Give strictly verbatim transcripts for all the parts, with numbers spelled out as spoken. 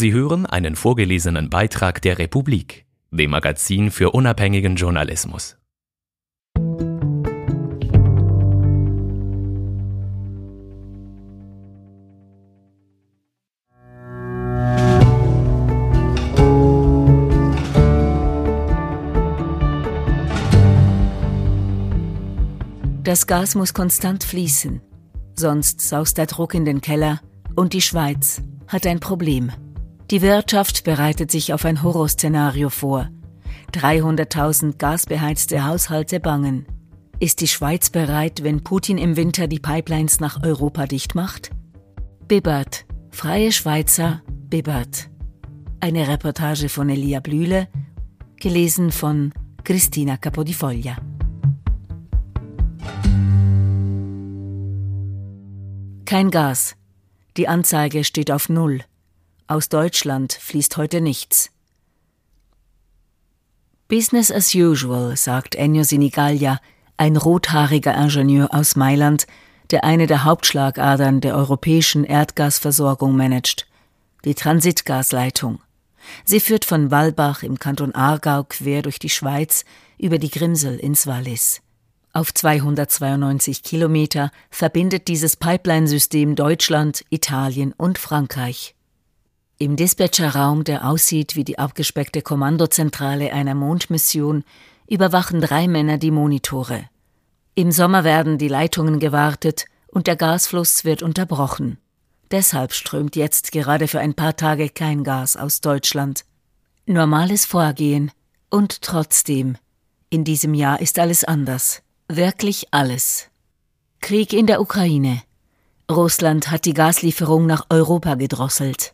Sie hören einen vorgelesenen Beitrag der Republik, dem Magazin für unabhängigen Journalismus. Das Gas muss konstant fließen, sonst saust der Druck in den Keller und die Schweiz hat ein Problem. Die Wirtschaft bereitet sich auf ein Horrorszenario vor. dreihunderttausend gasbeheizte Haushalte bangen. Ist die Schweiz bereit, wenn Putin im Winter die Pipelines nach Europa dicht macht? Bibbert, freie Schweizer, Bibbert. Eine Reportage von Elia Blühle, gelesen von Cristina Capodifoglia. Kein Gas. Die Anzeige steht auf Null. Aus Deutschland fließt heute nichts. Business as usual, sagt Ennio Sinigaglia, ein rothaariger Ingenieur aus Mailand, der eine der Hauptschlagadern der europäischen Erdgasversorgung managt, die Transitgasleitung. Sie führt von Wallbach im Kanton Aargau quer durch die Schweiz über die Grimsel ins Wallis. Auf zweihundertzweiundneunzig Kilometer verbindet dieses Pipeline-System Deutschland, Italien und Frankreich. Im Dispatcherraum, der aussieht wie die abgespeckte Kommandozentrale einer Mondmission, überwachen drei Männer die Monitore. Im Sommer werden die Leitungen gewartet und der Gasfluss wird unterbrochen. Deshalb strömt jetzt gerade für ein paar Tage kein Gas aus Deutschland. Normales Vorgehen. Und trotzdem, in diesem Jahr ist alles anders. Wirklich alles. Krieg in der Ukraine. Russland hat die Gaslieferung nach Europa gedrosselt.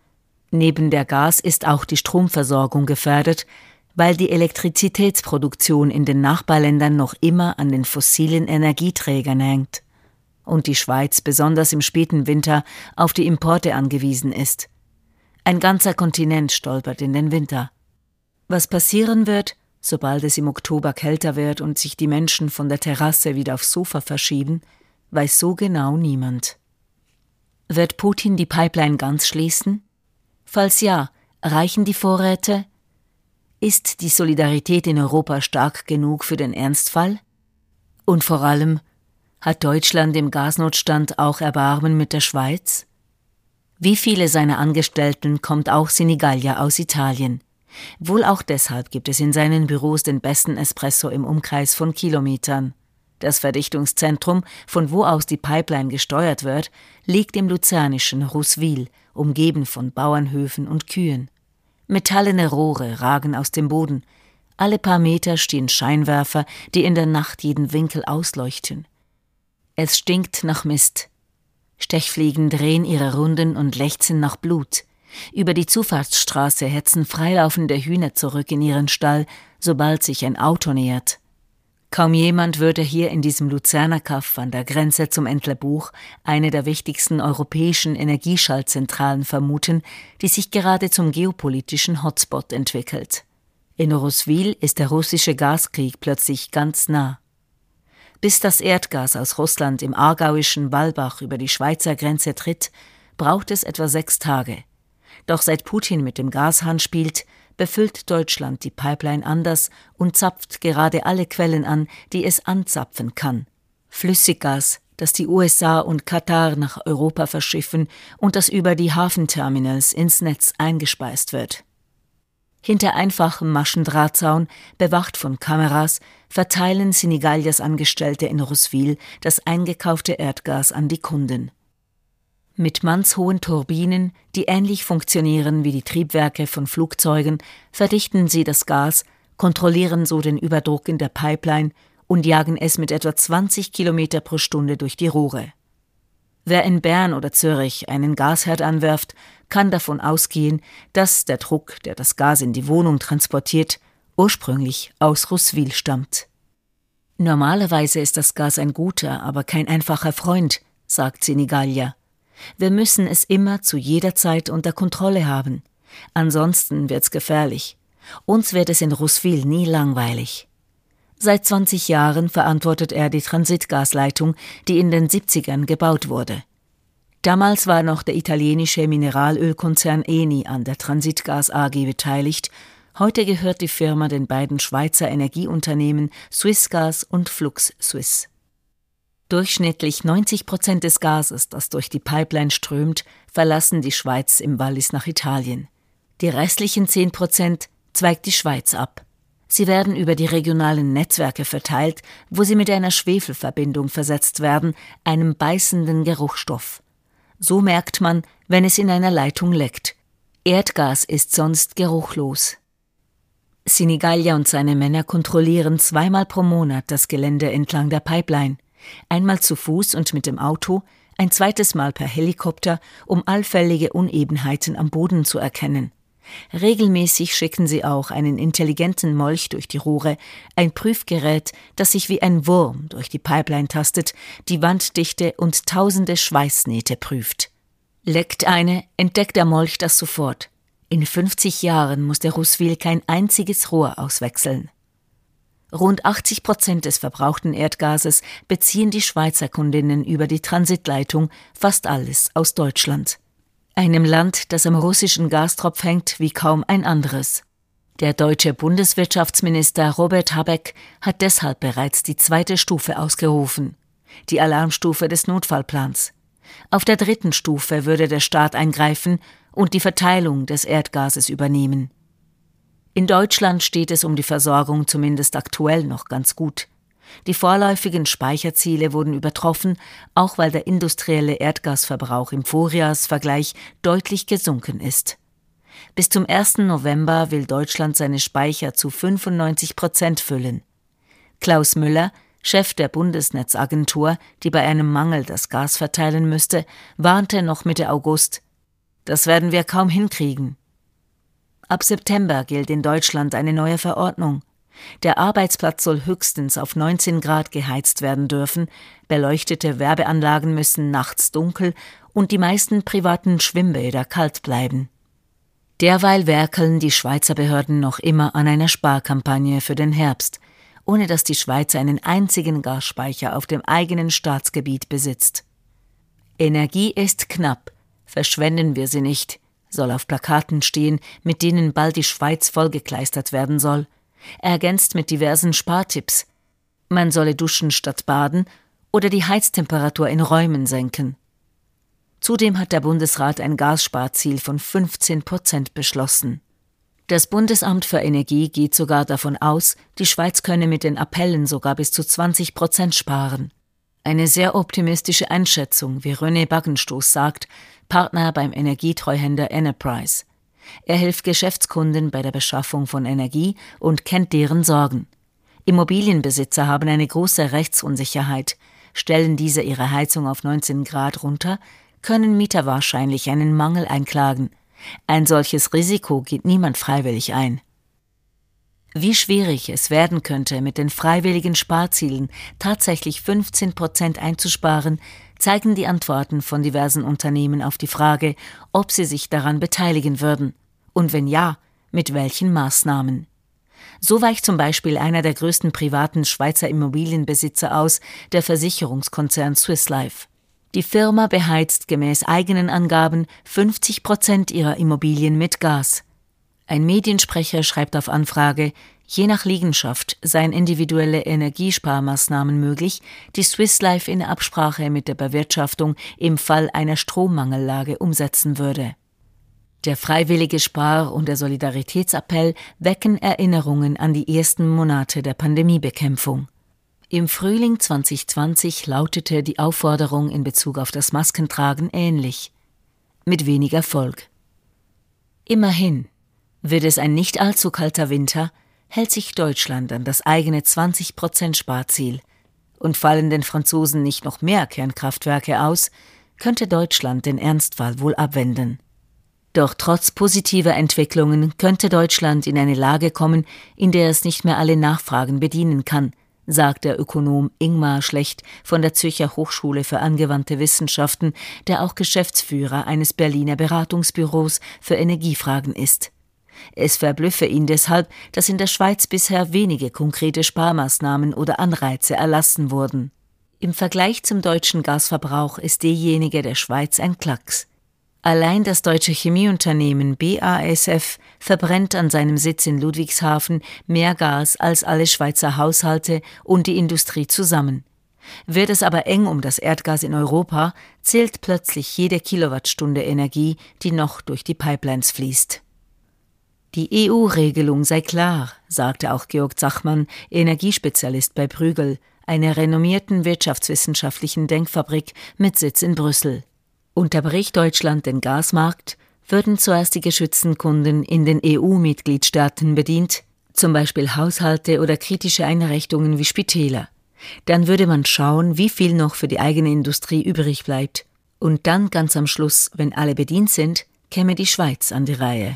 Neben der Gas ist auch die Stromversorgung gefährdet, weil die Elektrizitätsproduktion in den Nachbarländern noch immer an den fossilen Energieträgern hängt und die Schweiz besonders im späten Winter auf die Importe angewiesen ist. Ein ganzer Kontinent stolpert in den Winter. Was passieren wird, sobald es im Oktober kälter wird und sich die Menschen von der Terrasse wieder aufs Sofa verschieben, weiß so genau niemand. Wird Putin die Pipeline ganz schließen? Falls ja, reichen die Vorräte? Ist die Solidarität in Europa stark genug für den Ernstfall? Und vor allem, hat Deutschland im Gasnotstand auch Erbarmen mit der Schweiz? Wie viele seiner Angestellten kommt auch Sinigaglia aus Italien. Wohl auch deshalb gibt es in seinen Büros den besten Espresso im Umkreis von Kilometern. Das Verdichtungszentrum, von wo aus die Pipeline gesteuert wird, liegt im luzernischen Ruswil, umgeben von Bauernhöfen und Kühen. Metallene Rohre ragen aus dem Boden. Alle paar Meter stehen Scheinwerfer, die in der Nacht jeden Winkel ausleuchten. Es stinkt nach Mist. Stechfliegen drehen ihre Runden und lechzen nach Blut. Über die Zufahrtsstraße hetzen freilaufende Hühner zurück in ihren Stall, sobald sich ein Auto nähert. Kaum jemand würde hier in diesem Luzerner Kaff an der Grenze zum Entlebuch eine der wichtigsten europäischen Energieschaltzentralen vermuten, die sich gerade zum geopolitischen Hotspot entwickelt. In Ruswil ist der russische Gaskrieg plötzlich ganz nah. Bis das Erdgas aus Russland im aargauischen Wallbach über die Schweizer Grenze tritt, braucht es etwa sechs Tage. Doch seit Putin mit dem Gashahn spielt, befüllt Deutschland die Pipeline anders und zapft gerade alle Quellen an, die es anzapfen kann. Flüssiggas, das die U S A und Katar nach Europa verschiffen und das über die Hafenterminals ins Netz eingespeist wird. Hinter einfachem Maschendrahtzaun, bewacht von Kameras, verteilen Sinigaglias Angestellte in Ruswil das eingekaufte Erdgas an die Kunden. Mit mannshohen Turbinen, die ähnlich funktionieren wie die Triebwerke von Flugzeugen, verdichten sie das Gas, kontrollieren so den Überdruck in der Pipeline und jagen es mit etwa zwanzig Kilometer pro Stunde durch die Rohre. Wer in Bern oder Zürich einen Gasherd anwirft, kann davon ausgehen, dass der Druck, der das Gas in die Wohnung transportiert, ursprünglich aus Ruswil stammt. Normalerweise ist das Gas ein guter, aber kein einfacher Freund, sagt Sinigaglia. Wir müssen es immer zu jeder Zeit unter Kontrolle haben. Ansonsten wird's gefährlich. Uns wird es in Ruswil nie langweilig. Seit zwanzig Jahren verantwortet er die Transitgasleitung, die in den siebzigern gebaut wurde. Damals war noch der italienische Mineralölkonzern Eni an der Transitgas A G beteiligt. Heute gehört die Firma den beiden Schweizer Energieunternehmen Swissgas und FluxSuisse. Durchschnittlich neunzig Prozent des Gases, das durch die Pipeline strömt, verlassen die Schweiz im Wallis nach Italien. Die restlichen zehn Prozent zweigt die Schweiz ab. Sie werden über die regionalen Netzwerke verteilt, wo sie mit einer Schwefelverbindung versetzt werden, einem beißenden Geruchsstoff. So merkt man, wenn es in einer Leitung leckt. Erdgas ist sonst geruchlos. Sinigallia und seine Männer kontrollieren zweimal pro Monat das Gelände entlang der Pipeline. Einmal zu Fuß und mit dem Auto, ein zweites Mal per Helikopter, um allfällige Unebenheiten am Boden zu erkennen. Regelmäßig schicken sie auch einen intelligenten Molch durch die Rohre, ein Prüfgerät, das sich wie ein Wurm durch die Pipeline tastet, die Wanddichte und tausende Schweißnähte prüft. Leckt eine, entdeckt der Molch das sofort. In fünfzig Jahren muss der Ruswil kein einziges Rohr auswechseln. Rund achtzig Prozent des verbrauchten Erdgases beziehen die Schweizer Kundinnen über die Transitleitung, fast alles aus Deutschland. Einem Land, das am russischen Gastropf hängt wie kaum ein anderes. Der deutsche Bundeswirtschaftsminister Robert Habeck hat deshalb bereits die zweite Stufe ausgerufen, die Alarmstufe des Notfallplans. Auf der dritten Stufe würde der Staat eingreifen und die Verteilung des Erdgases übernehmen. In Deutschland steht es um die Versorgung zumindest aktuell noch ganz gut. Die vorläufigen Speicherziele wurden übertroffen, auch weil der industrielle Erdgasverbrauch im Vorjahresvergleich deutlich gesunken ist. Bis zum ersten November will Deutschland seine Speicher zu fünfundneunzig Prozent füllen. Klaus Müller, Chef der Bundesnetzagentur, die bei einem Mangel das Gas verteilen müsste, warnte noch Mitte August: Das werden wir kaum hinkriegen. Ab September gilt in Deutschland eine neue Verordnung. Der Arbeitsplatz soll höchstens auf neunzehn Grad geheizt werden dürfen, beleuchtete Werbeanlagen müssen nachts dunkel und die meisten privaten Schwimmbäder kalt bleiben. Derweil werkeln die Schweizer Behörden noch immer an einer Sparkampagne für den Herbst, ohne dass die Schweiz einen einzigen Gasspeicher auf dem eigenen Staatsgebiet besitzt. Energie ist knapp, verschwenden wir sie nicht, soll auf Plakaten stehen, mit denen bald die Schweiz vollgekleistert werden soll. Ergänzt mit diversen Spartipps. Man solle duschen statt baden oder die Heiztemperatur in Räumen senken. Zudem hat der Bundesrat ein Gassparziel von fünfzehn Prozent beschlossen. Das Bundesamt für Energie geht sogar davon aus, die Schweiz könne mit den Appellen sogar bis zu zwanzig Prozent sparen. Eine sehr optimistische Einschätzung, wie René Baggenstoß sagt, Partner beim Energietreuhänder Enterprise. Er hilft Geschäftskunden bei der Beschaffung von Energie und kennt deren Sorgen. Immobilienbesitzer haben eine große Rechtsunsicherheit. Stellen diese ihre Heizung auf neunzehn Grad runter, können Mieter wahrscheinlich einen Mangel einklagen. Ein solches Risiko geht niemand freiwillig ein. Wie schwierig es werden könnte, mit den freiwilligen Sparzielen tatsächlich fünfzehn Prozent einzusparen, zeigen die Antworten von diversen Unternehmen auf die Frage, ob sie sich daran beteiligen würden. Und wenn ja, mit welchen Maßnahmen. So weicht zum Beispiel einer der größten privaten Schweizer Immobilienbesitzer aus, der Versicherungskonzern Swiss Life. Die Firma beheizt gemäß eigenen Angaben fünfzig Prozent ihrer Immobilien mit Gas. Ein Mediensprecher schreibt auf Anfrage, je nach Liegenschaft seien individuelle Energiesparmaßnahmen möglich, die Swiss Life in Absprache mit der Bewirtschaftung im Fall einer Strommangellage umsetzen würde. Der freiwillige Spar- und der Solidaritätsappell wecken Erinnerungen an die ersten Monate der Pandemiebekämpfung. Im Frühling zwanzig zwanzig lautete die Aufforderung in Bezug auf das Maskentragen ähnlich, mit wenig Erfolg. Immerhin, wird es ein nicht allzu kalter Winter, hält sich Deutschland an das eigene zwanzig Prozent Sparziel. Und fallen den Franzosen nicht noch mehr Kernkraftwerke aus, könnte Deutschland den Ernstfall wohl abwenden. Doch trotz positiver Entwicklungen könnte Deutschland in eine Lage kommen, in der es nicht mehr alle Nachfragen bedienen kann, sagt der Ökonom Ingmar Schlecht von der Zürcher Hochschule für angewandte Wissenschaften, der auch Geschäftsführer eines Berliner Beratungsbüros für Energiefragen ist. Es verblüffe ihn deshalb, dass in der Schweiz bisher wenige konkrete Sparmaßnahmen oder Anreize erlassen wurden. Im Vergleich zum deutschen Gasverbrauch ist derjenige der Schweiz ein Klacks. Allein das deutsche Chemieunternehmen B A S F verbrennt an seinem Sitz in Ludwigshafen mehr Gas als alle Schweizer Haushalte und die Industrie zusammen. Wird es aber eng um das Erdgas in Europa, zählt plötzlich jede Kilowattstunde Energie, die noch durch die Pipelines fließt. Die E U-Regelung sei klar, sagte auch Georg Zachmann, Energiespezialist bei Bruegel, einer renommierten wirtschaftswissenschaftlichen Denkfabrik mit Sitz in Brüssel. Unterbricht Deutschland den Gasmarkt, würden zuerst die geschützten Kunden in den E U-Mitgliedstaaten bedient, zum Beispiel Haushalte oder kritische Einrichtungen wie Spitäler. Dann würde man schauen, wie viel noch für die eigene Industrie übrig bleibt. Und dann ganz am Schluss, wenn alle bedient sind, käme die Schweiz an die Reihe.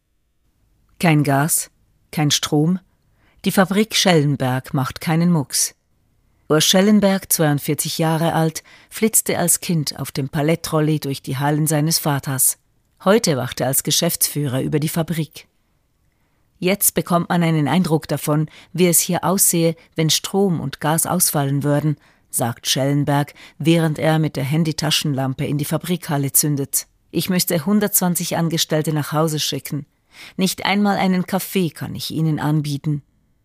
Kein Gas, kein Strom. Die Fabrik Schellenberg macht keinen Mucks. Urs Schellenberg, zweiundvierzig Jahre alt, flitzte als Kind auf dem Palettrolli durch die Hallen seines Vaters. Heute wacht er als Geschäftsführer über die Fabrik. Jetzt bekommt man einen Eindruck davon, wie es hier aussehe, wenn Strom und Gas ausfallen würden, sagt Schellenberg, während er mit der Handytaschenlampe in die Fabrikhalle zündet. Ich müsste hundertzwanzig Angestellte nach Hause schicken. Nicht einmal einen Kaffee kann ich ihnen anbieten.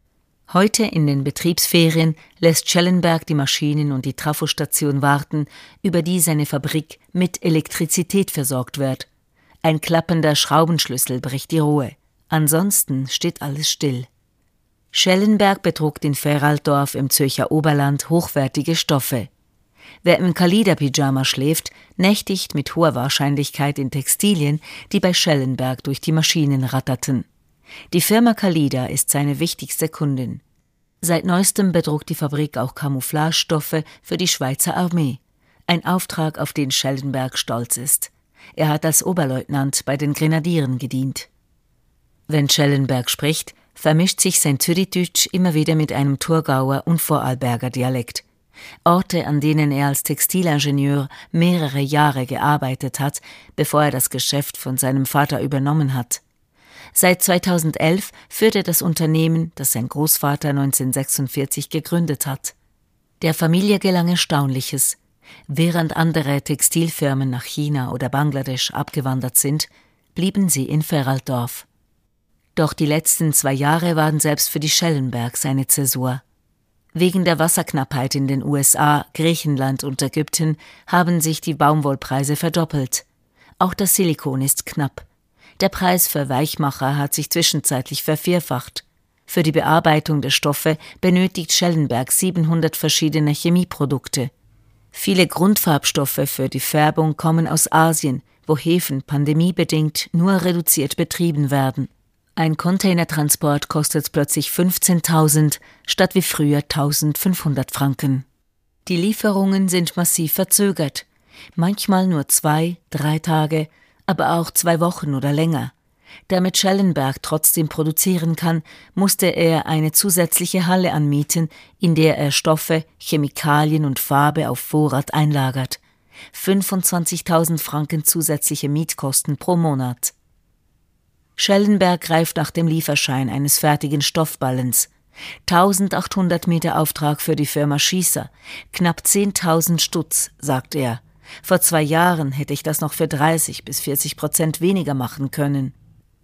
Heute in den Betriebsferien lässt Schellenberg die Maschinen und die Trafostation warten, über die seine Fabrik mit Elektrizität versorgt wird. Ein klappender Schraubenschlüssel bricht die Ruhe. Ansonsten steht alles still. Schellenberg bedruckt in Feraltorf im Zürcher Oberland hochwertige Stoffe. Wer im Kalida-Pyjama schläft, nächtigt mit hoher Wahrscheinlichkeit in Textilien, die bei Schellenberg durch die Maschinen ratterten. Die Firma Kalida ist seine wichtigste Kundin. Seit neuestem bedruckt die Fabrik auch Camouflagestoffe für die Schweizer Armee. Ein Auftrag, auf den Schellenberg stolz ist. Er hat als Oberleutnant bei den Grenadieren gedient. Wenn Schellenberg spricht, vermischt sich sein Zürichdeutsch immer wieder mit einem Thurgauer und Vorarlberger Dialekt. Orte, an denen er als Textilingenieur mehrere Jahre gearbeitet hat, bevor er das Geschäft von seinem Vater übernommen hat. Seit zweitausendelf führt er das Unternehmen, das sein Großvater neunzehnhundertsechsundvierzig gegründet hat. Der Familie gelang Erstaunliches. Während andere Textilfirmen nach China oder Bangladesch abgewandert sind, blieben sie in Feraltorf. Doch die letzten zwei Jahre waren selbst für die Schellenbergs eine Zäsur. Wegen der Wasserknappheit in den U S A, Griechenland und Ägypten haben sich die Baumwollpreise verdoppelt. Auch das Silikon ist knapp. Der Preis für Weichmacher hat sich zwischenzeitlich vervierfacht. Für die Bearbeitung der Stoffe benötigt Schellenberg siebenhundert verschiedene Chemieprodukte. Viele Grundfarbstoffe für die Färbung kommen aus Asien, wo Häfen pandemiebedingt nur reduziert betrieben werden. Ein Containertransport kostet plötzlich fünfzehntausend statt wie früher eintausendfünfhundert Franken. Die Lieferungen sind massiv verzögert. Manchmal nur zwei, drei Tage, aber auch zwei Wochen oder länger. Damit Schellenberg trotzdem produzieren kann, musste er eine zusätzliche Halle anmieten, in der er Stoffe, Chemikalien und Farbe auf Vorrat einlagert. fünfundzwanzigtausend Franken zusätzliche Mietkosten pro Monat. Schellenberg greift nach dem Lieferschein eines fertigen Stoffballens. eintausendachthundert Meter Auftrag für die Firma Schießer. Knapp zehntausend Stutz, sagt er. Vor zwei Jahren hätte ich das noch für dreißig bis vierzig Prozent weniger machen können.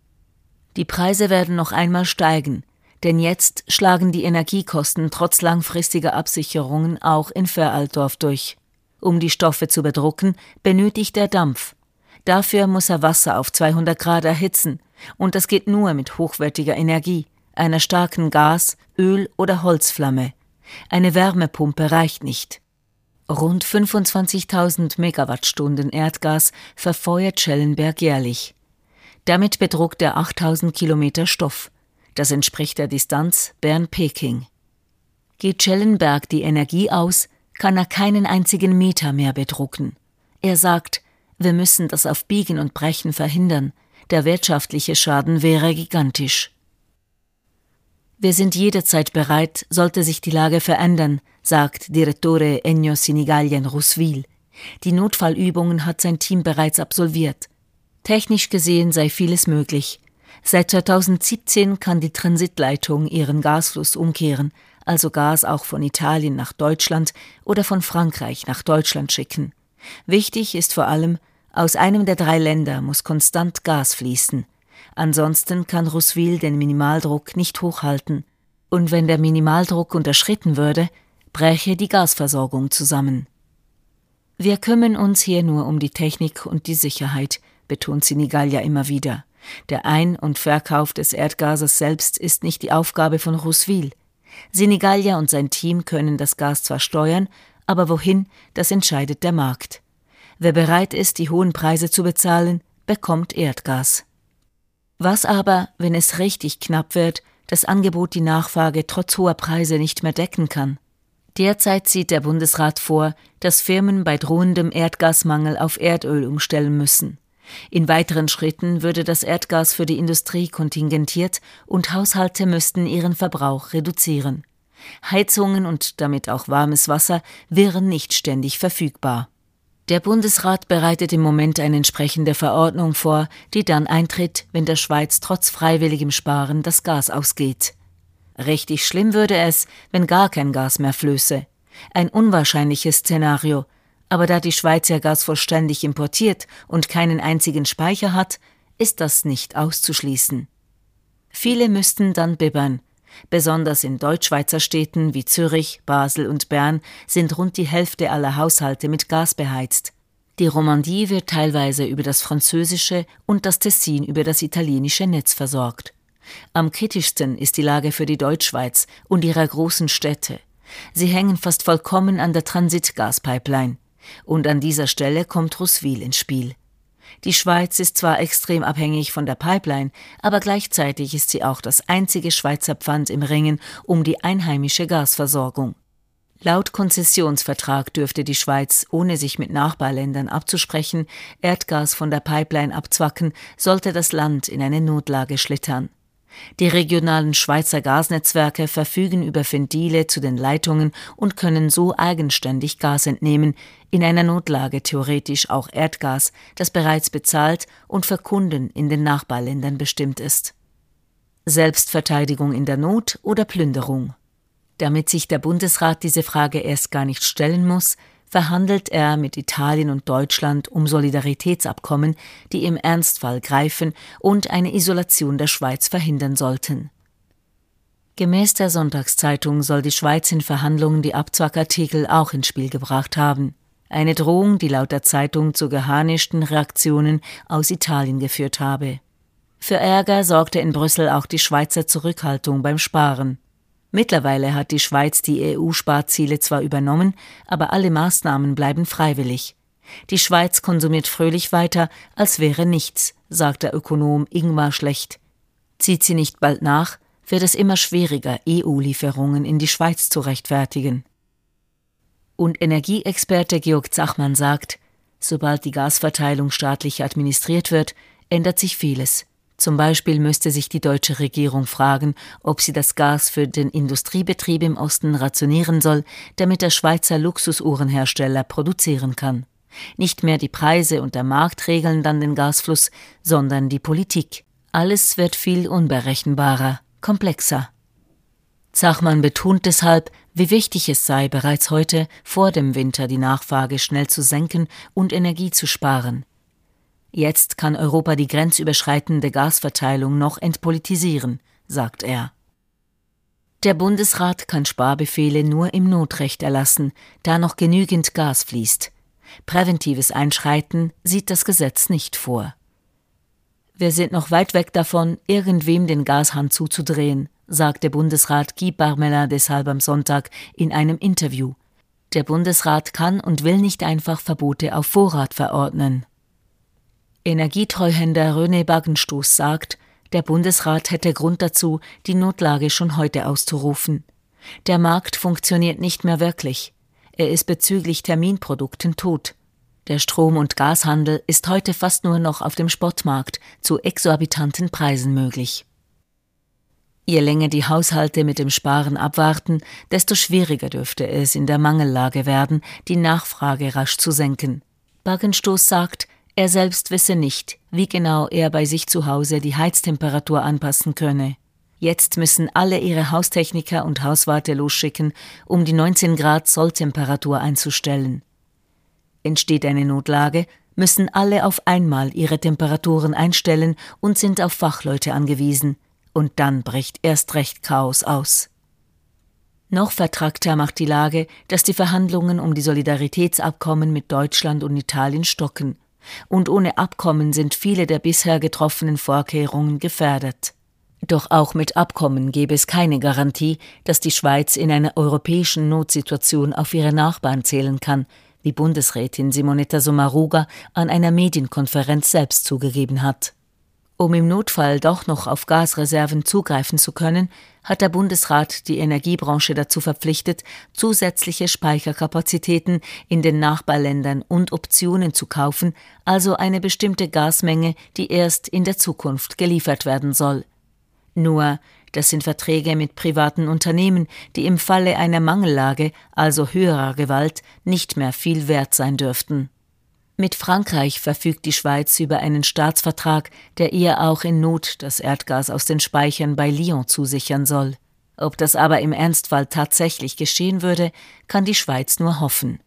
Die Preise werden noch einmal steigen, denn jetzt schlagen die Energiekosten trotz langfristiger Absicherungen auch in Feraltorf durch. Um die Stoffe zu bedrucken, benötigt er Dampf. Dafür muss er Wasser auf zweihundert Grad erhitzen, und das geht nur mit hochwertiger Energie, einer starken Gas-, Öl- oder Holzflamme. Eine Wärmepumpe reicht nicht. Rund fünfundzwanzigtausend Megawattstunden Erdgas verfeuert Schellenberg jährlich. Damit bedruckt er achttausend Kilometer Stoff. Das entspricht der Distanz Bern-Peking. Geht Schellenberg die Energie aus, kann er keinen einzigen Meter mehr bedrucken. Er sagt, wir müssen das auf Biegen und Brechen verhindern. Der wirtschaftliche Schaden wäre gigantisch. Wir sind jederzeit bereit, sollte sich die Lage verändern, sagt Direttore Ennio Sinigaglia in Rosswil. Die Notfallübungen hat sein Team bereits absolviert. Technisch gesehen sei vieles möglich. Seit zweitausendsiebzehn kann die Transitleitung ihren Gasfluss umkehren, also Gas auch von Italien nach Deutschland oder von Frankreich nach Deutschland schicken. Wichtig ist vor allem, aus einem der drei Länder muss konstant Gas fließen. Ansonsten kann Ruswil den Minimaldruck nicht hochhalten. Und wenn der Minimaldruck unterschritten würde, bräche die Gasversorgung zusammen. Wir kümmern uns hier nur um die Technik und die Sicherheit, betont Sinigallia immer wieder. Der Ein- und Verkauf des Erdgases selbst ist nicht die Aufgabe von Ruswil. Sinigallia und sein Team können das Gas zwar steuern, aber wohin, das entscheidet der Markt. Wer bereit ist, die hohen Preise zu bezahlen, bekommt Erdgas. Was aber, wenn es richtig knapp wird, das Angebot die Nachfrage trotz hoher Preise nicht mehr decken kann? Derzeit sieht der Bundesrat vor, dass Firmen bei drohendem Erdgasmangel auf Erdöl umstellen müssen. In weiteren Schritten würde das Erdgas für die Industrie kontingentiert und Haushalte müssten ihren Verbrauch reduzieren. Heizungen und damit auch warmes Wasser wären nicht ständig verfügbar. Der Bundesrat bereitet im Moment eine entsprechende Verordnung vor, die dann eintritt, wenn der Schweiz trotz freiwilligem Sparen das Gas ausgeht. Richtig schlimm würde es, wenn gar kein Gas mehr flösse. Ein unwahrscheinliches Szenario, aber da die Schweiz ja Gas vollständig importiert und keinen einzigen Speicher hat, ist das nicht auszuschließen. Viele müssten dann bibbern. Besonders in Deutschschweizer Städten wie Zürich, Basel und Bern sind rund die Hälfte aller Haushalte mit Gas beheizt. Die Romandie wird teilweise über das französische und das Tessin über das italienische Netz versorgt. Am kritischsten ist die Lage für die Deutschschweiz und ihre großen Städte. Sie hängen fast vollkommen an der Transitgaspipeline. Und an dieser Stelle kommt Ruswil ins Spiel. Die Schweiz ist zwar extrem abhängig von der Pipeline, aber gleichzeitig ist sie auch das einzige Schweizer Pfand im Ringen um die einheimische Gasversorgung. Laut Konzessionsvertrag dürfte die Schweiz, ohne sich mit Nachbarländern abzusprechen, Erdgas von der Pipeline abzwacken, sollte das Land in eine Notlage schlittern. Die regionalen Schweizer Gasnetzwerke verfügen über Ventile zu den Leitungen und können so eigenständig Gas entnehmen, in einer Notlage theoretisch auch Erdgas, das bereits bezahlt und für Kunden in den Nachbarländern bestimmt ist. Selbstverteidigung in der Not oder Plünderung? Damit sich der Bundesrat diese Frage erst gar nicht stellen muss, verhandelt er mit Italien und Deutschland um Solidaritätsabkommen, die im Ernstfall greifen und eine Isolation der Schweiz verhindern sollten. Gemäß der Sonntagszeitung soll die Schweiz in Verhandlungen die Abzwackartikel auch ins Spiel gebracht haben. Eine Drohung, die laut der Zeitung zu geharnischten Reaktionen aus Italien geführt habe. Für Ärger sorgte in Brüssel auch die Schweizer Zurückhaltung beim Sparen. Mittlerweile hat die Schweiz die E U-Sparziele zwar übernommen, aber alle Maßnahmen bleiben freiwillig. Die Schweiz konsumiert fröhlich weiter, als wäre nichts, sagt der Ökonom Ingmar Schlecht. Zieht sie nicht bald nach, wird es immer schwieriger, E U-Lieferungen in die Schweiz zu rechtfertigen. Und Energieexperte Georg Zachmann sagt, sobald die Gasverteilung staatlich administriert wird, ändert sich vieles. Zum Beispiel müsste sich die deutsche Regierung fragen, ob sie das Gas für den Industriebetrieb im Osten rationieren soll, damit der Schweizer Luxusuhrenhersteller produzieren kann. Nicht mehr die Preise und der Markt regeln dann den Gasfluss, sondern die Politik. Alles wird viel unberechenbarer, komplexer. Zachmann betont deshalb, wie wichtig es sei, bereits heute vor dem Winter die Nachfrage schnell zu senken und Energie zu sparen. Jetzt kann Europa die grenzüberschreitende Gasverteilung noch entpolitisieren, sagt er. Der Bundesrat kann Sparbefehle nur im Notrecht erlassen, da noch genügend Gas fließt. Präventives Einschreiten sieht das Gesetz nicht vor. Wir sind noch weit weg davon, irgendwem den Gashahn zuzudrehen, sagte Bundesrat Guy Parmelin deshalb am Sonntag in einem Interview. Der Bundesrat kann und will nicht einfach Verbote auf Vorrat verordnen. Energietreuhänder René Baggenstoß sagt, der Bundesrat hätte Grund dazu, die Notlage schon heute auszurufen. Der Markt funktioniert nicht mehr wirklich. Er ist bezüglich Terminprodukten tot. Der Strom- und Gashandel ist heute fast nur noch auf dem Spotmarkt zu exorbitanten Preisen möglich. Je länger die Haushalte mit dem Sparen abwarten, desto schwieriger dürfte es in der Mangellage werden, die Nachfrage rasch zu senken. Baggenstoß sagt, Er selbst wisse nicht, wie genau er bei sich zu Hause die Heiztemperatur anpassen könne. Jetzt müssen alle ihre Haustechniker und Hauswarte losschicken, um die neunzehn Grad Solltemperatur einzustellen. Entsteht eine Notlage, müssen alle auf einmal ihre Temperaturen einstellen und sind auf Fachleute angewiesen. Und dann bricht erst recht Chaos aus. Noch vertrackter macht die Lage, dass die Verhandlungen um die Solidaritätsabkommen mit Deutschland und Italien stocken. Und ohne Abkommen sind viele der bisher getroffenen Vorkehrungen gefährdet. Doch auch mit Abkommen gäbe es keine Garantie, dass die Schweiz in einer europäischen Notsituation auf ihre Nachbarn zählen kann, wie Bundesrätin Simonetta Sommaruga an einer Medienkonferenz selbst zugegeben hat. Um im Notfall doch noch auf Gasreserven zugreifen zu können, hat der Bundesrat die Energiebranche dazu verpflichtet, zusätzliche Speicherkapazitäten in den Nachbarländern und Optionen zu kaufen, also eine bestimmte Gasmenge, die erst in der Zukunft geliefert werden soll. Nur, das sind Verträge mit privaten Unternehmen, die im Falle einer Mangellage, also höherer Gewalt, nicht mehr viel wert sein dürften. Mit Frankreich verfügt die Schweiz über einen Staatsvertrag, der ihr auch in Not das Erdgas aus den Speichern bei Lyon zusichern soll. Ob das aber im Ernstfall tatsächlich geschehen würde, kann die Schweiz nur hoffen.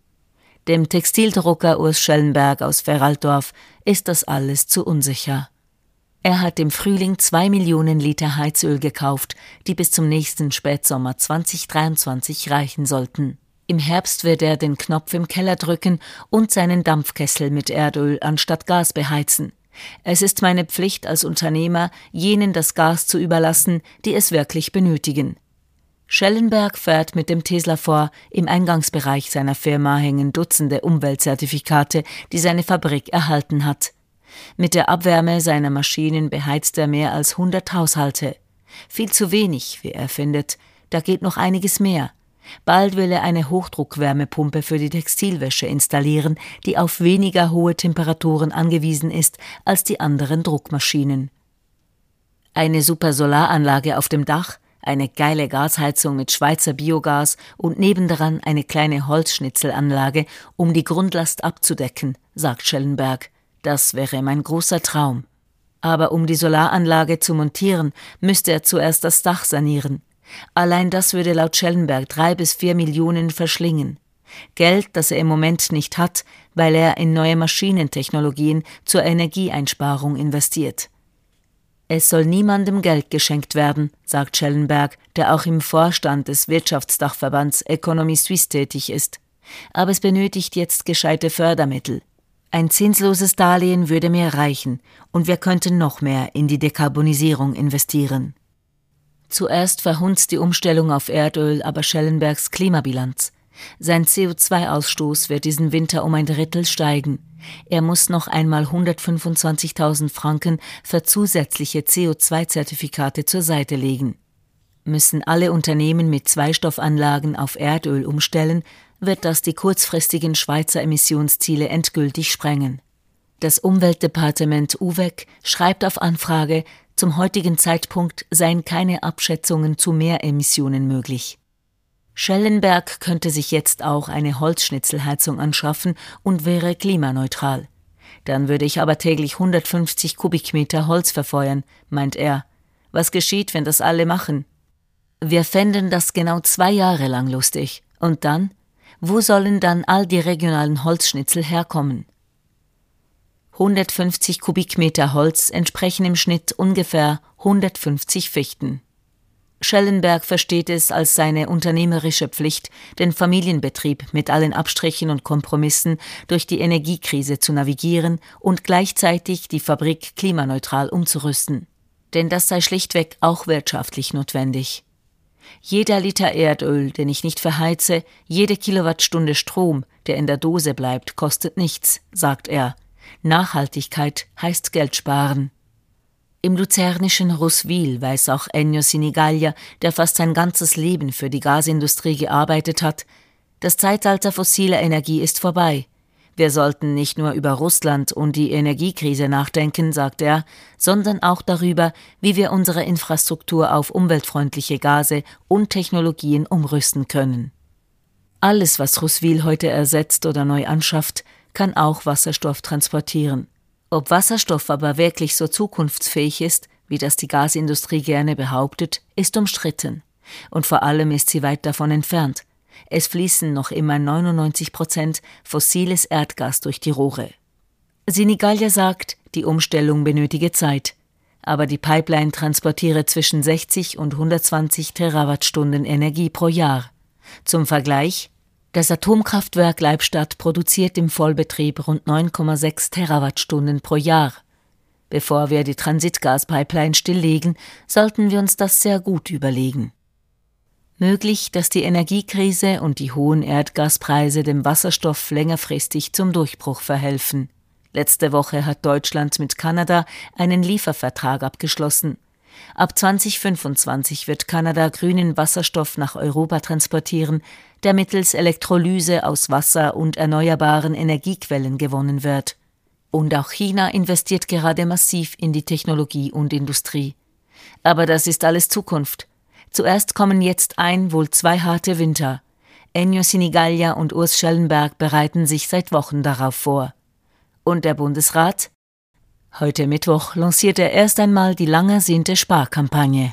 Dem Textildrucker Urs Schellenberg aus Veraltorf ist das alles zu unsicher. Er hat im Frühling zwei Millionen Liter Heizöl gekauft, die bis zum nächsten Spätsommer zwanzig dreiundzwanzig reichen sollten. Im Herbst wird er den Knopf im Keller drücken und seinen Dampfkessel mit Erdöl anstatt Gas beheizen. Es ist meine Pflicht als Unternehmer, jenen das Gas zu überlassen, die es wirklich benötigen. Schellenberg fährt mit dem Tesla vor, im Eingangsbereich seiner Firma hängen Dutzende Umweltzertifikate, die seine Fabrik erhalten hat. Mit der Abwärme seiner Maschinen beheizt er mehr als hundert Haushalte. Viel zu wenig, wie er findet, da geht noch einiges mehr. Bald will er eine Hochdruckwärmepumpe für die Textilwäsche installieren, die auf weniger hohe Temperaturen angewiesen ist als die anderen Druckmaschinen. Eine super Solaranlage auf dem Dach, eine geile Gasheizung mit Schweizer Biogas und nebendran eine kleine Holzschnitzelanlage, um die Grundlast abzudecken, sagt Schellenberg. Das wäre mein großer Traum. Aber um die Solaranlage zu montieren, müsste er zuerst das Dach sanieren. Allein das würde laut Schellenberg drei bis vier Millionen verschlingen. Geld, das er im Moment nicht hat, weil er in neue Maschinentechnologien zur Energieeinsparung investiert. Es soll niemandem Geld geschenkt werden, sagt Schellenberg, der auch im Vorstand des Wirtschaftsdachverbands Economie Suisse tätig ist. Aber es benötigt jetzt gescheite Fördermittel. Ein zinsloses Darlehen würde mir reichen und wir könnten noch mehr in die Dekarbonisierung investieren. Zuerst verhunzt die Umstellung auf Erdöl aber Schellenbergs Klimabilanz. Sein C O zwei Ausstoß wird diesen Winter um ein Drittel steigen. Er muss noch einmal hundertfünfundzwanzigtausend Franken für zusätzliche C O zwei Zertifikate zur Seite legen. Müssen alle Unternehmen mit Zweistoffanlagen auf Erdöl umstellen, wird das die kurzfristigen Schweizer Emissionsziele endgültig sprengen. Das Umweltdepartement U W E C schreibt auf Anfrage, zum heutigen Zeitpunkt seien keine Abschätzungen zu Mehremissionen möglich. Schellenberg könnte sich jetzt auch eine Holzschnitzelheizung anschaffen und wäre klimaneutral. Dann würde ich aber täglich hundertfünfzig Kubikmeter Holz verfeuern, meint er. Was geschieht, wenn das alle machen? Wir fänden das genau zwei Jahre lang lustig. Und dann? Wo sollen dann all die regionalen Holzschnitzel herkommen? hundertfünfzig Kubikmeter Holz entsprechen im Schnitt ungefähr hundertfünfzig Fichten. Schellenberg versteht es als seine unternehmerische Pflicht, den Familienbetrieb mit allen Abstrichen und Kompromissen durch die Energiekrise zu navigieren und gleichzeitig die Fabrik klimaneutral umzurüsten. Denn das sei schlichtweg auch wirtschaftlich notwendig. Jeder Liter Erdöl, den ich nicht verheize, jede Kilowattstunde Strom, der in der Dose bleibt, kostet nichts, sagt er. Nachhaltigkeit heißt Geld sparen. Im luzernischen Russwil weiß auch Ennio Sinigaglia, der fast sein ganzes Leben für die Gasindustrie gearbeitet hat, das Zeitalter fossiler Energie ist vorbei. Wir sollten nicht nur über Russland und die Energiekrise nachdenken, sagt er, sondern auch darüber, wie wir unsere Infrastruktur auf umweltfreundliche Gase und Technologien umrüsten können. Alles, was Russwil heute ersetzt oder neu anschafft, kann auch Wasserstoff transportieren. Ob Wasserstoff aber wirklich so zukunftsfähig ist, wie das die Gasindustrie gerne behauptet, ist umstritten. Und vor allem ist sie weit davon entfernt. Es fließen noch immer neunundneunzig Prozent fossiles Erdgas durch die Rohre. Sinigallia sagt, die Umstellung benötige Zeit. Aber die Pipeline transportiere zwischen sechzig und hundertzwanzig Terawattstunden Energie pro Jahr. Zum Vergleich: Das Atomkraftwerk Leibstadt produziert im Vollbetrieb rund neun Komma sechs Terawattstunden pro Jahr. Bevor wir die Transitgaspipeline stilllegen, sollten wir uns das sehr gut überlegen. Möglich, dass die Energiekrise und die hohen Erdgaspreise dem Wasserstoff längerfristig zum Durchbruch verhelfen. Letzte Woche hat Deutschland mit Kanada einen Liefervertrag abgeschlossen. Ab zweitausendfünfundzwanzig wird Kanada grünen Wasserstoff nach Europa transportieren, der mittels Elektrolyse aus Wasser und erneuerbaren Energiequellen gewonnen wird. Und auch China investiert gerade massiv in die Technologie und Industrie. Aber das ist alles Zukunft. Zuerst kommen jetzt ein, wohl zwei harte Winter. Ennio Sinigallia und Urs Schellenberg bereiten sich seit Wochen darauf vor. Und der Bundesrat? Heute Mittwoch lanciert er erst einmal die lang ersehnte Sparkampagne.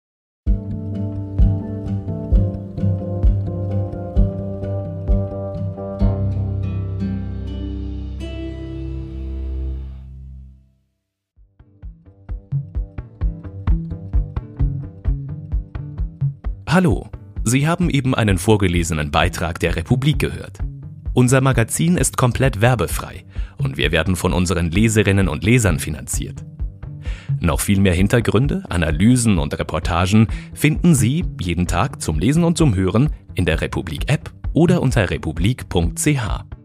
Hallo, Sie haben eben einen vorgelesenen Beitrag der Republik gehört. Unser Magazin ist komplett werbefrei und wir werden von unseren Leserinnen und Lesern finanziert. Noch viel mehr Hintergründe, Analysen und Reportagen finden Sie jeden Tag zum Lesen und zum Hören in der Republik-App oder unter republik punkt c h.